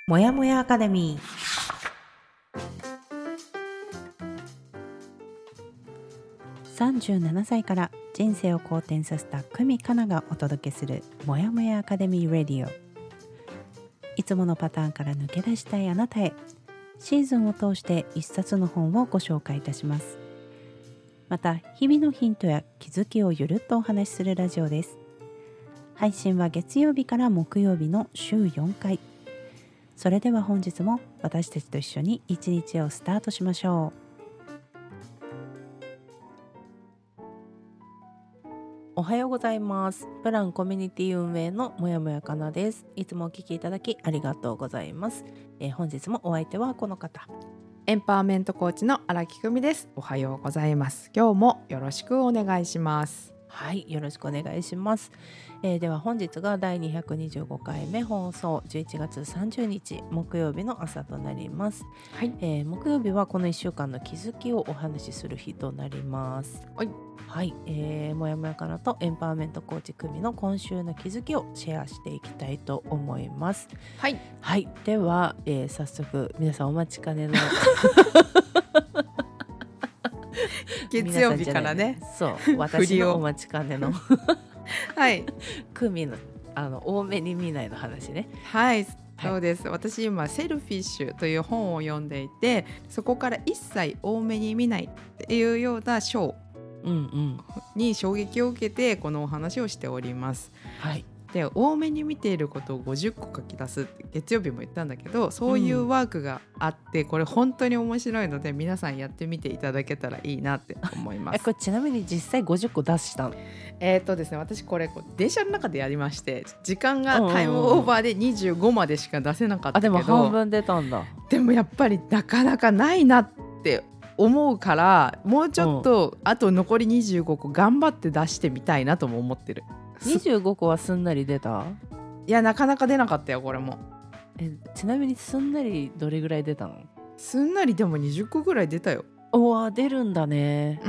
もやもやアカデミー。37歳から人生を好転させた久美かながお届けするもやもやアカデミーラディオ。いつものパターンから抜け出したいあなたへ、シーズンを通して一冊の本をご紹介いたします。また日々のヒントや気づきをゆるっとお話しするラジオです。配信は月曜日から木曜日の週4回。それでは本日も私たちと一緒に一日をスタートしましょう。おはようございます。プランコミュニティ運営のもやもやかなです。いつもお聞きいただきありがとうございます。本日もお相手はこの方、 エンパワーメントコーチの荒木久美です。おはようございます。今日もよろしくお願いします。 はい、よろしくお願いします。では本日が第225回目放送、11月30日木曜日の朝となります。 はい、 木曜日はこの1週間の気づきをお話しする日となります。はい、もやもやかなとエンパワーメントコーチ久美の今週の気づきをシェアしていきたいと思います。 はい、 はい、では、早速皆さんお待ちかねの月曜日からね、 そう私のお待ちかねのはい久美の多めに見ないの話ね。 はい、そうです。私今セルフィッシュという本を読んでいて、そこから一切多めに見ないっていうような章に衝撃を受けてこのお話をしております。 はい。 で、多めに見ていることを50個書き出すって月曜日も言ったんだけど、そういうワークがあって、これ本当に面白いので皆さんやってみていただけたらいいなって思います。 これちなみに実際50個出したの？ ですね、私これ電車の中でやりまして、時間がタイムオーバーで25までしか出せなかったけど、 でも半分出たんだ。 でもやっぱりなかなかないなって思うから、もうちょっとあと残り25個頑張って出してみたいなとも思ってる。 25個はすんなり出た？ いや、なかなか出なかったよこれも。 ちなみにすんなりどれぐらい出たの？ すんなりでも20個ぐらい出たよ。 おわ、出るんだね。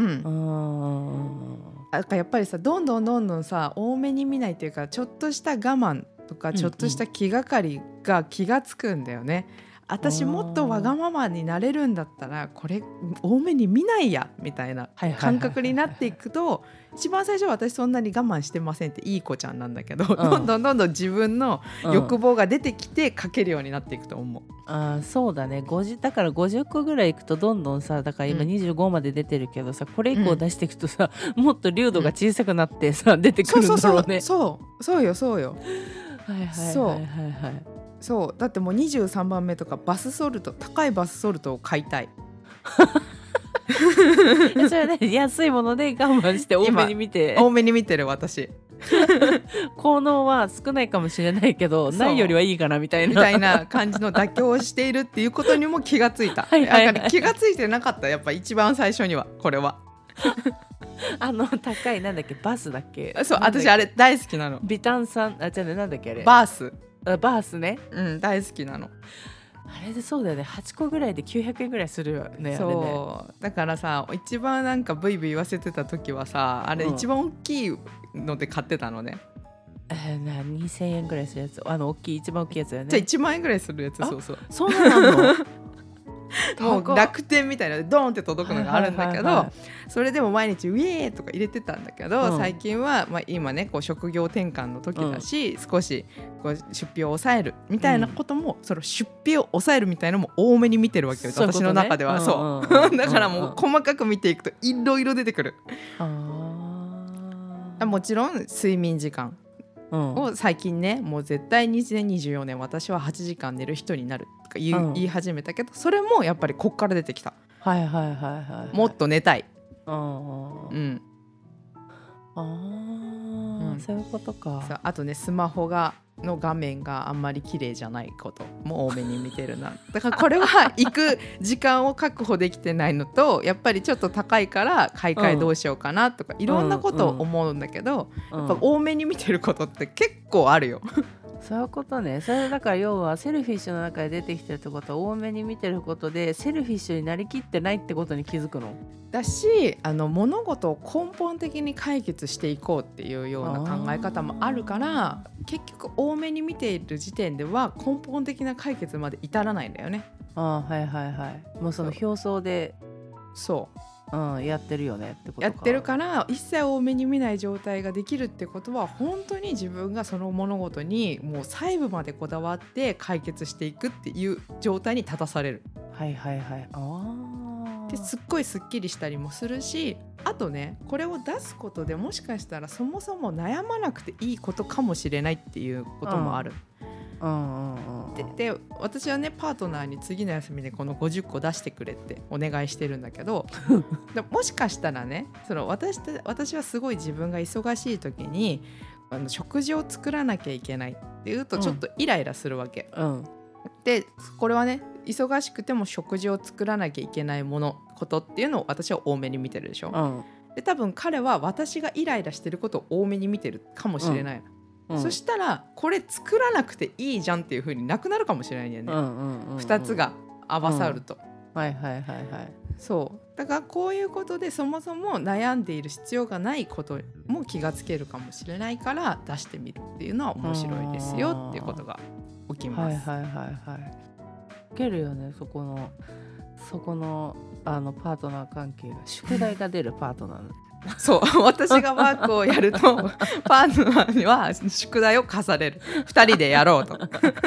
やっぱりさ、どんどんさ多めに見ないというか、ちょっとした我慢とかちょっとした気がかりが気がつくんだよね。私もっとわがままになれるんだったらこれ多めに見ないやみたいな感覚になっていくと、一番最初は私そんなに我慢してませんっていい子ちゃんなんだけど、どんどん自分の欲望が出てきて書けるようになっていくと思う。 そうだね。だから50個ぐらいいくとどんどんさ、だから今25まで出てるけどさ、これ以降出していくとさ、もっと流度が小さくなってさ、出てくるんだろうね。 そうよそうだってもう23番目とかバスソルト、高いバスソルトを買いたいそれはね、安いもので我慢して多めに見て多めに見てる私効能は少ないかもしれないけどないよりはいいかなみたいな感じの妥協をしているっていうことにも気がついた。気がついてなかった。やっぱ一番最初にはこれは高いなんだっけ、バスだっけ。 そう、私あれ大好きなの。 ビタンさん、じゃあね、なんだっけあれ、 バースね、 大好きなの。 あれでそうだよね、8個ぐらいで900円ぐらいするよね。 そう、 あれね、 だからさ、一番なんかブイブイ言わせてた時はさ、あれ一番大きいので買ってたのね。 2000円ぐらいするやつ、大きい、一番大きいやつだよね。 じゃあ1万円ぐらいするやつ。 そんなのもう楽天みたいなのでドーンって届くのがあるんだけど、それでも毎日ウェーとか入れてたんだけど、最近は、今ねこう職業転換の時だし、少しこう出費を抑えるみたいなことも、その出費を抑えるみたいなのも多めに見てるわけよ、私の中では。そうだからもう細かく見ていくといろいろ出てくる。もちろん睡眠時間を最近ね、もう絶対2024年私は8時間寝る人になるとか言い始めたけど、それもやっぱりこっから出てきた。もっと寝たい。 そういうことか。 あとね、スマホの画面があんまり綺麗じゃないことも多めに見てるな。だからこれは行く時間を確保できてないのと、やっぱりちょっと高いから買い替えどうしようかなとか、いろんなことを思うんだけど、やっぱ多めに見てることって結構あるよ。 そういうことね。それだから要はセルフィッシュの中で出てきてるってことは多めに見てることでセルフィッシュになりきってないってことに気づくの。 だし物事を根本的に解決していこうっていうような考え方もあるから結局多めに見ている時点では根本的な解決まで至らないんだよね。 はいはいはい。もうその表層でそう、 やってるよねってことか。 やってるから一切多めに見ない状態ができるってことは本当に自分がその物事にもう細部までこだわって解決していくっていう状態に立たされる。 はいはいはい。 ですっごいすっきりしたりもするし、あとねこれを出すことでもしかしたらそもそも悩まなくていいことかもしれないっていうこともある。で私はねパートナーに次の休みでこの50個出してくれってお願いしてるんだけどでもしかしたらね私はすごい自分が忙しい時に食事を作らなきゃいけないっていうとちょっとイライラするわけ、でこれはね忙しくても食事を作らなきゃいけないことっていうのを私は多めに見てるでしょ、で多分彼は私がイライラしてることを多めに見てるかもしれない、そしたらこれ作らなくていいじゃんっていう風になくなるかもしれないんだよね、2つが合わさると、 はいはいはいはい。 そうだからこういうことでそもそも悩んでいる必要がないことも気がつけるかもしれないから出してみるっていうのは面白いですよっていうことが起きます。 はいはいはいはい。受けるよねそこのパートナー関係が宿題が出るパートナーそう私がワークをやるとパートナーには宿題を課される。2人でやろうと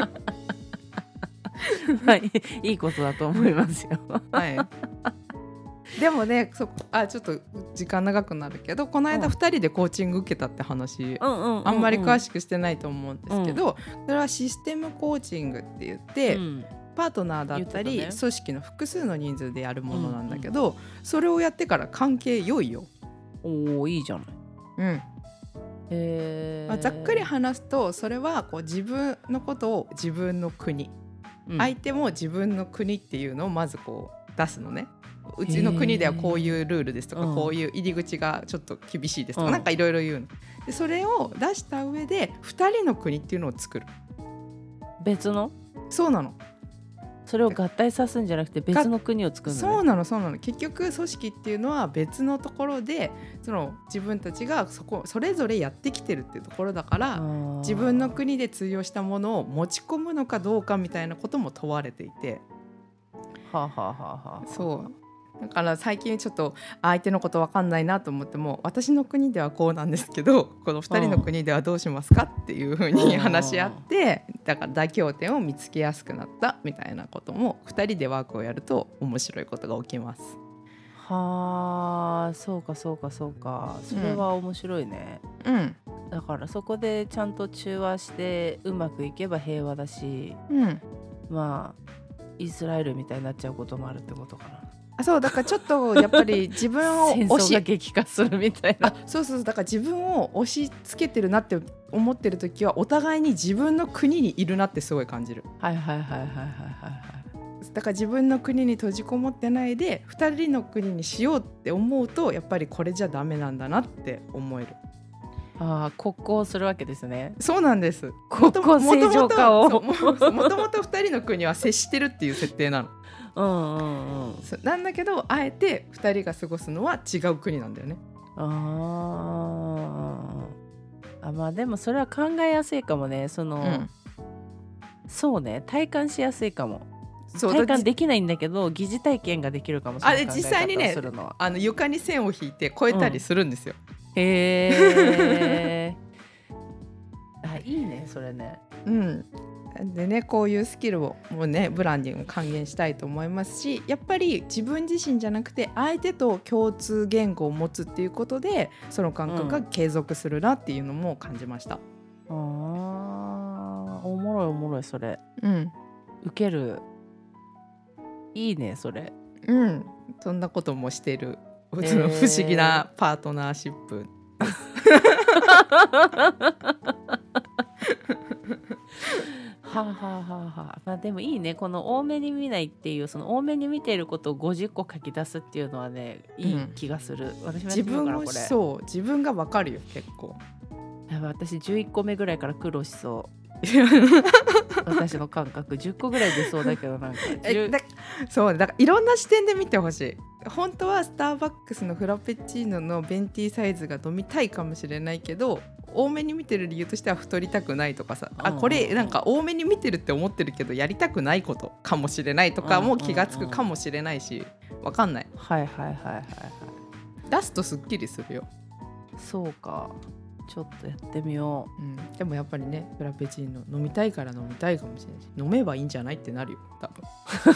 はい、いいことだと思いますよはい、でもねちょっと時間長くなるけどこの間2人でコーチング受けたって話、あんまり詳しくしてないと思うんですけど、それはシステムコーチングって言って、パートナーだったり、組織の複数の人数でやるものなんだけど、それをやってから関係良いよ。 おーいいじゃない。 ざっくり話すとそれはこう自分のことを自分の国、相手も自分の国っていうのをまずこう出すのね。うちの国ではこういうルールですとか、こういう入り口がちょっと厳しいですとか、なんかいろいろ言うので、それを出した上で2人の国っていうのを作る。 別の？ そうなの。 それを合体さすんじゃなくて別の国を作るのね。 そうなの。結局組織っていうのは別のところで自分たちがそれぞれやってきてるっていうところだから、自分の国で通用したものを持ち込むのかどうかみたいなことも問われていて、そうだから最近ちょっと相手のこと分かんないなと思っても、私の国ではこうなんですけどこの2人の国ではどうしますかっていう風に話し合って、だから妥協点を見つけやすくなったみたいなことも2人でワークをやると面白いことが起きます。 はあ、そうか。それは面白いね。だからそこでちゃんと中和してうまくいけば平和だし、まあイスラエルみたいになっちゃうこともあるってことかな。 そうだからちょっとやっぱり自分を戦争が激化するみたいなそうだから自分を押し付けてるなって思ってる時はお互いに自分の国にいるなってすごい感じる。だから自分の国に閉じこもってないで2人の国にしようって思うとやっぱりこれじゃダメなんだなって思える。 国交するわけですね。 そうなんです。 国交正常化をもともと2人の国は接してるっていう設定なの。なんだけどあえて2人が過ごすのは違う国なんだよね。 まあでもそれは考えやすいかもね。そうね、体感しやすいかも。体感できないんだけど疑似体験ができるかもしれない。 実際にね床に線を引いて越えたりするんですよ。 へーいいねそれね。 でねこういうスキルをもうねブランディング還元したいと思いますし、やっぱり自分自身じゃなくて相手と共通言語を持つっていうことでその感覚が継続するなっていうのも感じました。 おもろいそれ。受ける。いいねそれ。 そんなこともしてる不思議なパートナーシップまあでもいいね、この多めに見ないっていう、その多めに見ていることを50個書き出すっていうのはね、いい気がする。私もやってみようかなこれ。 自分が分かるよ結構。 私11個目ぐらいから苦労しそう。 私の感覚10個ぐらい出そうだけどなんかそうだからいろんな視点で見てほしい。本当はスターバックスのフラペチーノのベンティサイズが飲みたいかもしれないけど、多めに見てる理由としては太りたくないとかさ、これなんか多めに見てるって思ってるけどやりたくないことかもしれないとかも気がつくかもしれないし、わかんない。 はいはいはいはいはい。 出すとすっきりするよ。 そうか、ちょっとやってみよう、でもやっぱりねフラペチーノ飲みたいから飲みたいかもしれないし、飲めばいいんじゃないってなるよ多分。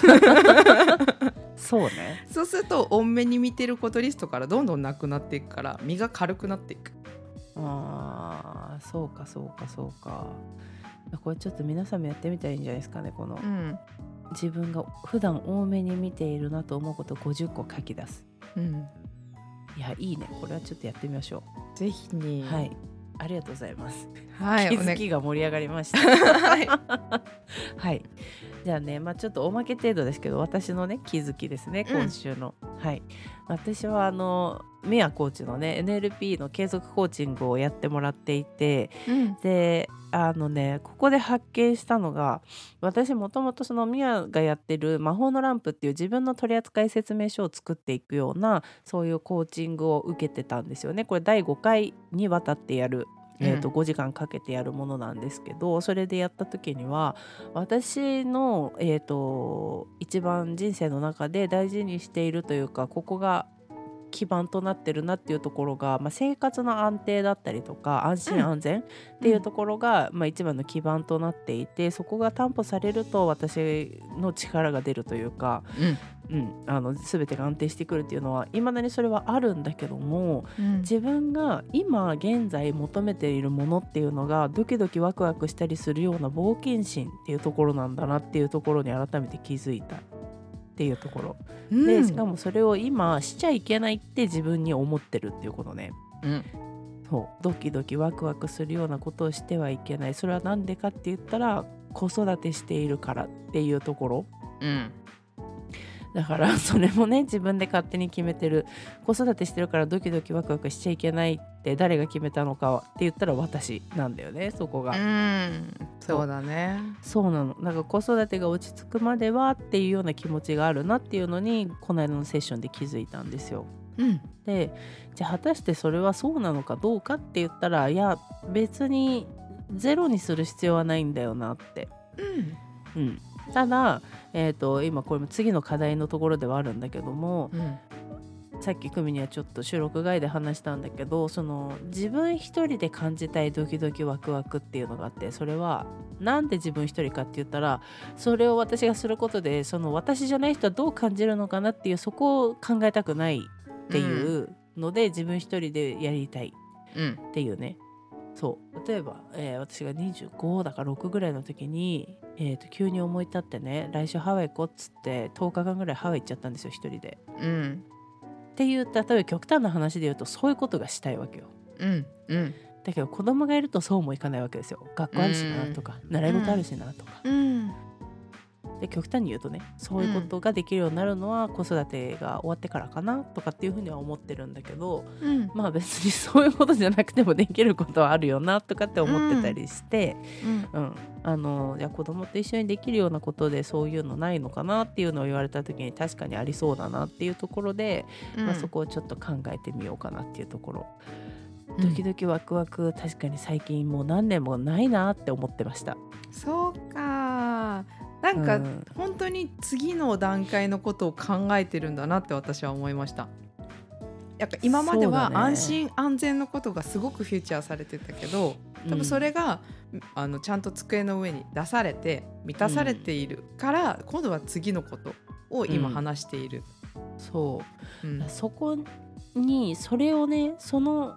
そうね。 そうすると多めに見てることリストからどんどんなくなっていくから身が軽くなっていく。 ああ、そうかそうかそうか。これちょっと皆さんもやってみたらいいんじゃないですかね。この、自分が普段多めに見ているなと思うことを50個書き出す。いやいいね、これはちょっとやってみましょう。ぜひに。 はい、ありがとうございます。 はい、 気づきが盛り上がりました。はい、じゃあね、ちょっとおまけ程度ですけど、私のね気づきですね、今週の。はい、私はミアコーチのね NLP の継続コーチングをやってもらっていて、でここで発見したのが、私もともとそのミアがやってる魔法のランプっていう自分の取扱説明書を作っていくようなそういうコーチングを受けてたんですよね。これ第5回にわたってやる5時間かけてやるものなんですけど、それでやった時には私の、一番人生の中で大事にしているというか、ここが基盤となってるなっていうところが、生活の安定だったりとか安心安全っていうところが、一番の基盤となっていて、そこが担保されると私の力が出るというか、全てが安定してくるっていうのは未だにそれはあるんだけども、自分が今現在求めているものっていうのがドキドキワクワクしたりするような冒険心っていうところなんだなっていうところに改めて気づいたっていうところ、でしかもそれを今しちゃいけないって自分に思ってるっていうことね。そうドキドキワクワクするようなことをしてはいけない。それはなんでかって言ったら子育てしているからっていうところ、だからそれもね自分で勝手に決めてる。子育てしてるからドキドキワクワクしちゃいけないって誰が決めたのかって言ったら私なんだよね、そこが。 そうだね。 そうなの。なんか子育てが落ち着くまではっていうような気持ちがあるなっていうのにこの間のセッションで気づいたんですよ。でじゃあ果たしてそれはそうなのかどうかって言ったら、いや別にゼロにする必要はないんだよなって。ただ、今これも次の課題のところではあるんだけども、さっき久美にはちょっと収録外で話したんだけど、その自分一人で感じたいドキドキワクワクっていうのがあって、それはなんで自分一人かって言ったら、それを私がすることでその私じゃない人はどう感じるのかなっていう、そこを考えたくないっていうので、自分一人でやりたいっていうね。そう例えば、私が25だから6ぐらいの時に、急に思い立ってね、来週ハワイ行こうっつって10日間ぐらいハワイ行っちゃったんですよ、一人で。っていう例えば極端な話で言うとそういうことがしたいわけよ。だけど子供がいるとそうもいかないわけですよ。学校あるしなとか、習い事あるしなとか、で極端に言うとね、そういうことができるようになるのは子育てが終わってからかなとかっていうふうには思ってるんだけど、別にそういうことじゃなくてもできることはあるよなとかって思ってたりして、いや子供と一緒にできるようなことでそういうのないのかなっていうのを言われた時に確かにありそうだなっていうところで、そこをちょっと考えてみようかなっていうところ。ドキドキワクワク、確かに最近もう何年もないなって思ってました。 そうか、なんか、本当に次の段階のことを考えてるんだなって私は思いました。やっぱ今までは安心安全のことがすごくフューチャーされてたけど、多分それが、ちゃんと机の上に出されて満たされているから、今度は次のことを今話している。 そこにそれをね、その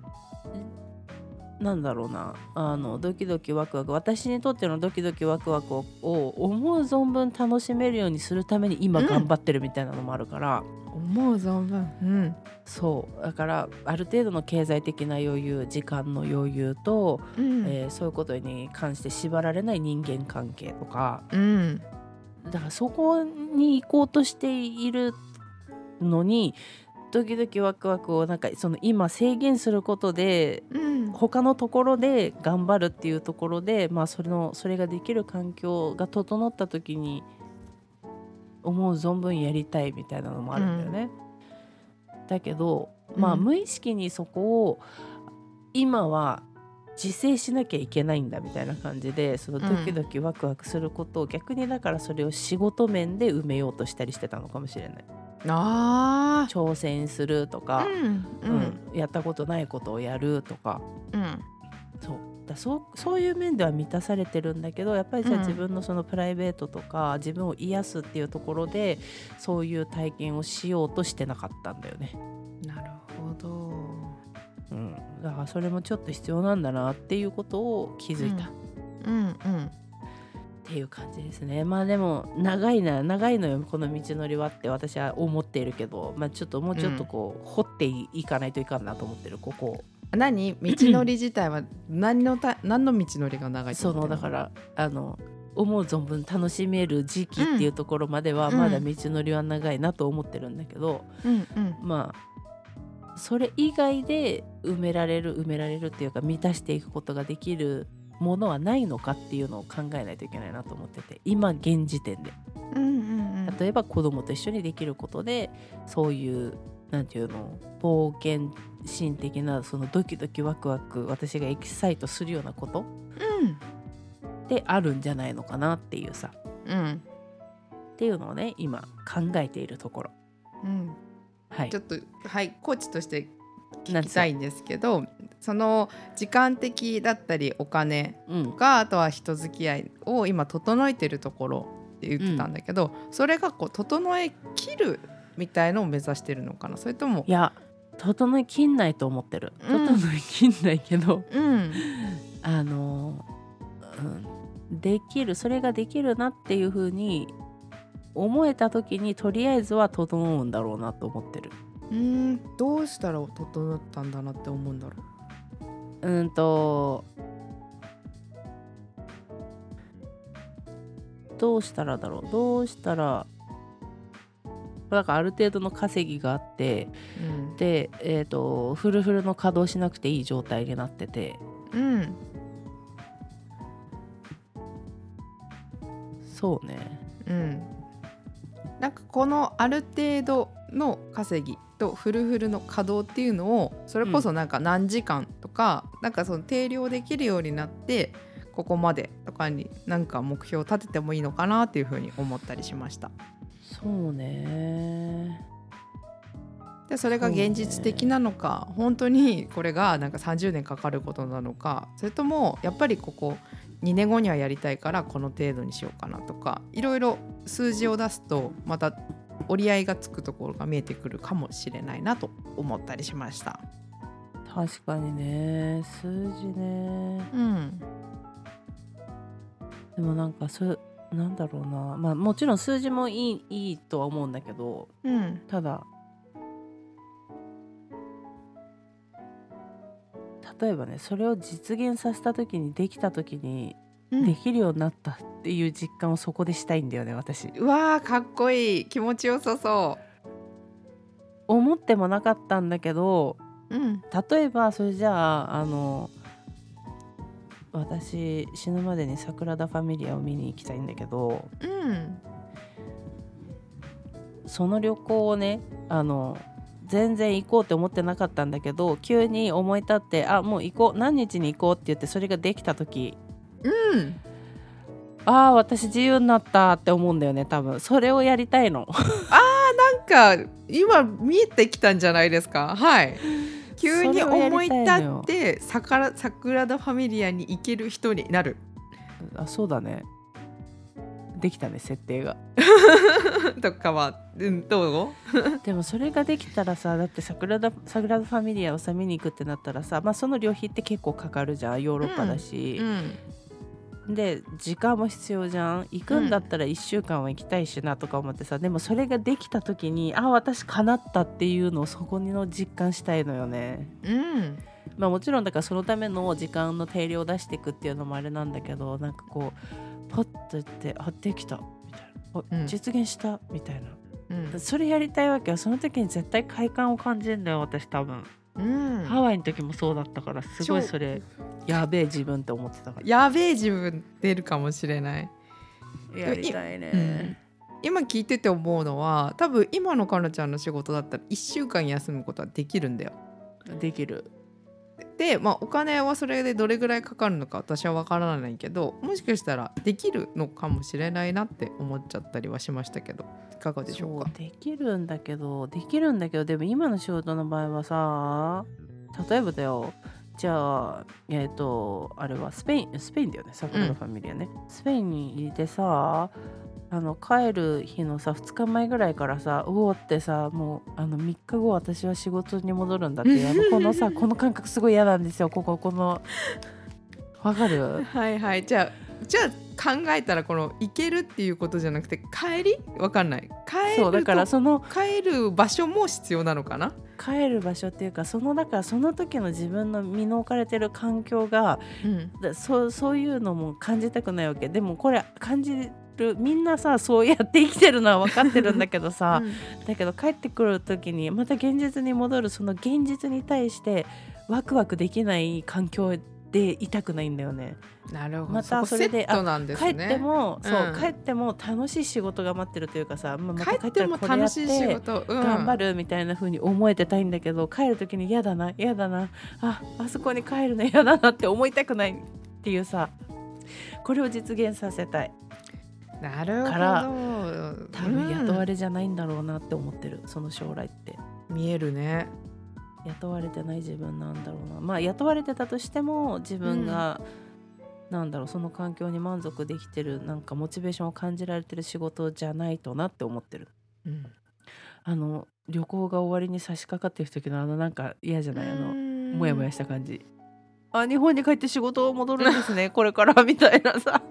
なんだろうな、ドキドキワクワク、私にとってのドキドキワクワクを思う存分楽しめるようにするために今頑張ってるみたいなのもあるから、 思う存分、 そうだからある程度の経済的な余裕、時間の余裕と、そういうことに関して縛られない人間関係とか、だからそこに行こうとしているのにドキドキワクワクをなんかその今制限することでうん他のところで頑張るっていうところで、まあ、それができる環境が整った時に思う存分やりたいみたいなのもあるんだよね、だけど、まあ、無意識にそこを今は自制しなきゃいけないんだみたいな感じで、そのドキドキワクワクすることを逆にだからそれを仕事面で埋めようとしたりしてたのかもしれない。 あー挑戦するとか、 うんやったことないことをやるとか、 うんそういう面では満たされてるんだけど、やっぱりじゃあ自分のそのプライベートとか自分を癒すっていうところでそういう体験をしようとしてなかったんだよね。 なるほど。 だからそれもちょっと必要なんだなっていうことを気づいた、っていう感じですね。まあでも長いのよこの道のりはって私は思っているけど、まあ、ちょっともうちょっとこう、掘っていかないといかんなと思ってる。ここ何道のり自体は何の道のりが長いと思ってるの？ だから思う存分楽しめる時期っていうところまではまだ道のりは長いなと思ってるんだけど、まあそれ以外で埋められるっていうか満たしていくことができるものはないのかっていうのを考えないといけないなと思ってて、今現時点で、例えば子供と一緒にできることでそういうなんていうの冒険心的なそのドキドキワクワク私がエキサイトするようなことであるんじゃないのかなっていうさ、っていうのをね今考えているところ、はい、 ちょっとコーチとして聞きたいんですけど、その時間的だったりお金とか、あとは人付き合いを今整えてるところって言ってたんだけど、それがこう整えきるみたいのを目指してるのかな、それとも。 いや整えきんないと思ってる。整えきんないけど、できる、それができるなっていう風に思えた時にとりあえずは整うんだろうなと思ってる。 どうしたら整ったんだなって思うんだろう。 どうしたらだからある程度の稼ぎがあって、で、フルフルの稼働しなくていい状態になってて、そうね、 なんかこのある程度の稼ぎとフルフルの稼働っていうのをそれこそなんか何時間とか、なんかその定量できるようになってここまでとかになんか目標を立ててもいいのかなっていうふうに思ったりしました。 そうね。 でそれが現実的なのか、本当にこれがなんか30年かかることなのか、それともやっぱりここ2年後にはやりたいからこの程度にしようかなとか、いろいろ数字を出すとまた折り合いがつくところが見えてくるかもしれないなと思ったりしました。 確かにね、数字ね、でもなんかなんだろうな、まあもちろん数字もいいとは思うんだけど、ただ例えばね、それを実現させた時にできた時に、できるようになったっていう実感をそこでしたいんだよね、私。 うわーかっこいい、気持ちよさそう。 思ってもなかったんだけど、例えばそれじゃあ私死ぬまでにサグラダ・ファミリアを見に行きたいんだけど、その旅行をね全然行こうって思ってなかったんだけど、急に思い立ってもう行こう、何日に行こうって言ってそれができた時、私自由になったって思うんだよね。多分それをやりたいの。 なんか今見えてきたんじゃないですか。急に思い立ってサグラダ・ファミリアに行ける人になる。 そうだね、できたね、設定が。 とかは、どう？ でもそれができたらさ、だってサグラダ・ファミリアをさ見に行くってなったらさ、その旅費って結構かかるじゃん、ヨーロッパだし、で時間も必要じゃん。行くんだったら1週間は行きたいしなとか思ってさ、でもそれができた時に私叶ったっていうのをそこの実感したいのよね。もちろんだからそのための時間の定量を出していくっていうのもあれなんだけど、なんかこうパッと言ってできたみたいな、実現したみたいな、 うんそれやりたいわけよ。その時に絶対快感を感じるんだよ私多分、 うんハワイの時もそうだったからすごいそれやべえ自分って思ってたからやべえ自分出るかもしれない。 やりたいね、 うん今聞いてて思うのは、多分今のかなちゃんの仕事だったら1週間休むことはできるんだよ。 できる。 で、お金はそれでどれぐらいかかるのか私は分からないけど、もしかしたらできるのかもしれないなって思っちゃったりはしましたけど、いかがでしょうか。 そうできるんだけどでも今の仕事の場合はさ、例えばだよ、じゃああれはスペインだよね、サグラダ・ファミリアね、スペインにいてさ、帰る日のさ2日前ぐらいからさ、うおってさ、もう3日後私は仕事に戻るんだっていうこのさこの感覚すごい嫌なんですよ。このわかる？ はいはい。じゃあ考えたら、この行けるっていうことじゃなくて帰りわかんない。 そうだから帰る場所も必要なのかな。 帰る場所っていうかだからその時の自分の身の置かれてる環境が、そういうのも感じたくないわけ。でもこれ感じる、みんなさそうやって生きてるのは分かってるんだけどさ、だけど帰ってくる時にまた現実に戻る、その現実に対してワクワクできない環境でいたくないんだよね。 なるほど。 またそれでセットなんですね。 帰っても帰っても楽しい仕事が待ってるというかさ、また帰っても楽しい仕事、 頑張るみたいな風に思えてたいんだけど、帰る時に嫌だなあそこに帰るの嫌だなって思いたくないっていうさ、これを実現させたい。 なるほど。 から多分雇われじゃないんだろうなって思ってる、その将来って見えるね。 雇われてない自分なんだろうな。雇われてたとしても自分が、その環境に満足できてる、なんかモチベーションを感じられてる仕事じゃないとなって思ってる。旅行が終わりに差し掛かってる時のなんか嫌じゃない、もやもやした感じ。日本に帰って仕事を戻るんですねこれからみたいなさ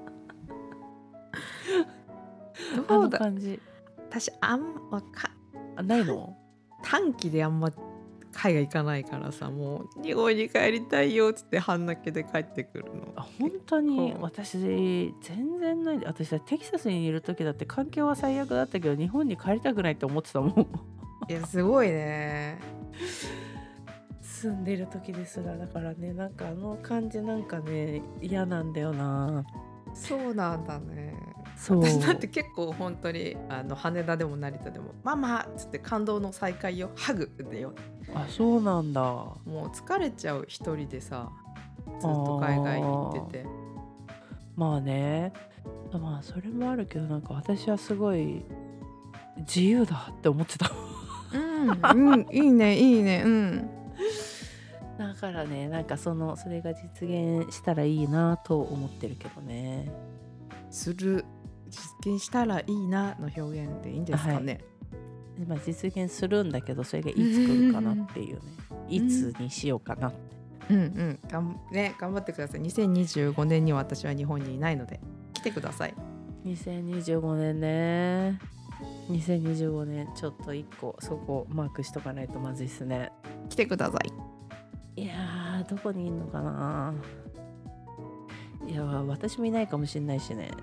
どうだ感じ。 私ないの？ 短期であんま海外行かないからさ、もう日本に帰りたいよっつって半泣きで帰ってくるの。 本当に私全然ない。私テキサスにいる時だって環境は最悪だったけど日本に帰りたくないって思ってたもんいやすごいね。 住んでる時ですら。だからね、なんか感じなんかね嫌なんだよな。 そうなんだね。 そう私だって結構本当に羽田でも成田でもママっつって感動の再会よ、ハグでよ。 そうなんだ。 もう疲れちゃう一人でさ、ずっと海外に行ってて。 まあね、それもあるけど、なんか私はすごい自由だって思ってたいいね。 だからね、なんかそれが実現したらいいなと思ってるけどね。 実現したらいいなの表現でいいんですかね。 実現するんだけど、それがいつ来るかなっていうね、いつにしようかなって。 頑張ってください。2025年には私は日本にいないので来てください。 2025年ね。2025年ちょっと1個そこマークしとかないとまずいっすね。 来てください。 いやー、どこにいんのかな。いや私もいないかもしれないしね。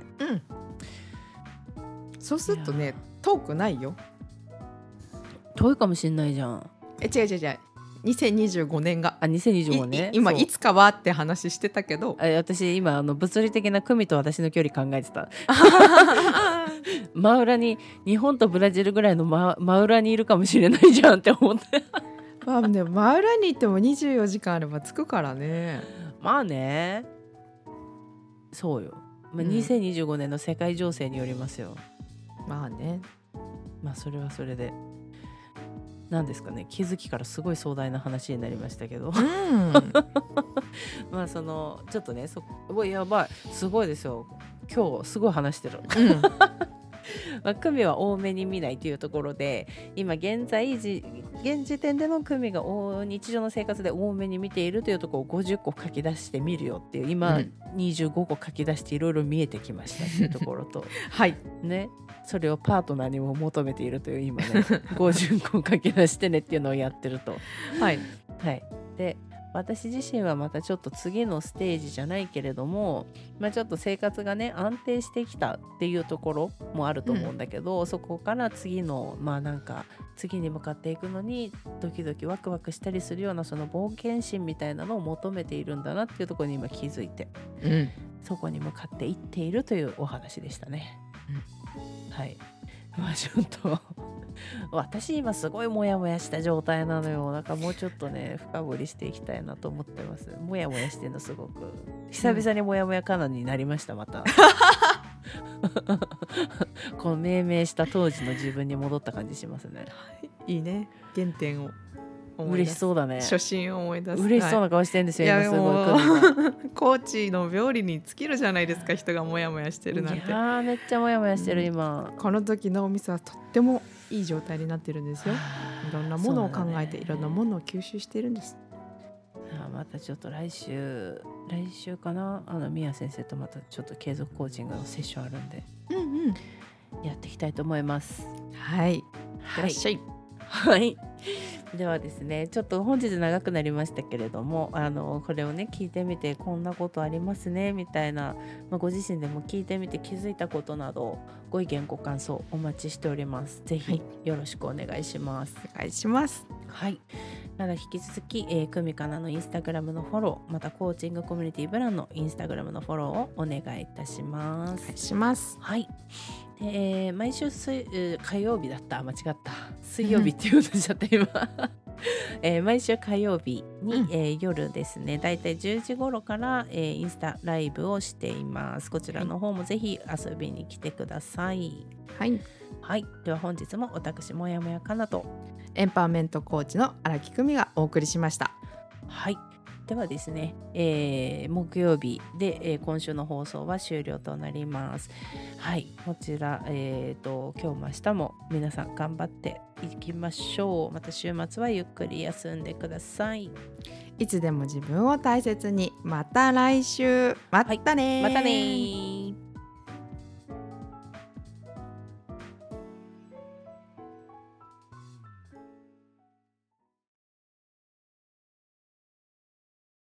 そうするとね、遠くないよ。 遠いかもしれないじゃん。 違う2025年が 2025年今いつかはって話してたけど、 私今物理的な組と私の距離考えてた真裏に日本とブラジルぐらいの真裏にいるかもしれないじゃんって思って真裏に行っても24時間あれば着くからね。 まあね、そうよ。2025年の世界情勢によりますよ。 まあね。 それはそれで何ですかね、気づきからすごい壮大な話になりましたけど、ちょっとね、やばい、すごいですよ今日すごい話してる組は多めに見ないというところで、今現時点での組が日常の生活で多めに見ているというところを50個書き出してみるよっていう、今、25個書き出していろいろ見えてきましたっていうところとはいね、それをパートナーにも求めているという今ね50個書き出してねっていうのをやってるとはい、 で私自身はまたちょっと次のステージじゃないけれども、ちょっと生活がね安定してきたっていうところもあると思うんだけど、そこから次のなんか次に向かっていくのにドキドキワクワクしたりするようなその冒険心みたいなのを求めているんだなっていうところに今気づいて、そこに向かっていっているというお話でしたね。はい。ちょっと私今すごいモヤモヤした状態なのよ。だからもうちょっとね深掘りしていきたいなと思ってます。モヤモヤしてるのすごく久々にモヤモヤカナになりました。またこの命名した当時の自分に戻った感じしますね。 いいね、原点を嬉しそうだね。 初心を思い出す。 嬉しそうな顔してるんですよ、今すごいコーチの病理に尽きるじゃないですか、人がモヤモヤしてるなんて。 いやめっちゃモヤモヤしてる今、 この時のお店はとってもいい状態になってるんですよ。いろんなものを考えて、いろんなものを吸収しているんです。 またちょっと来週かな、宮先生とまたちょっと継続コーチングのセッションあるんで、やっていきたいと思います。 はい、いらっしゃい。 はい、ではですね、ちょっと本日長くなりましたけれども、これをね聞いてみてこんなことありますねみたいな、ご自身でも聞いてみて気づいたことなどご意見ご感想お待ちしております。ぜひよろしくお願いします。 お願いします。 はい。まだ引き続き、久美かなのインスタグラムのフォロー、またコーチングコミュニティブランのインスタグラムのフォローをお願いいたします。 お願いします。 はい。で毎週火曜日だった、間違った、水曜日って言おうとしちゃった今毎週火曜日に、夜ですね、だいたい10時頃から、インスタライブをしています。こちらの方もぜひ遊びに来てください。 はい、 はい、では本日も私もやもやかなとエンパワーメントコーチの荒木久美がお送りしました。 はい、ではですね、木曜日で、今週の放送は終了となります。はい、こちら、今日も明日も皆さん頑張っていきましょう。また週末はゆっくり休んでください。 いつでも自分を大切に。また来週。またね。 またね。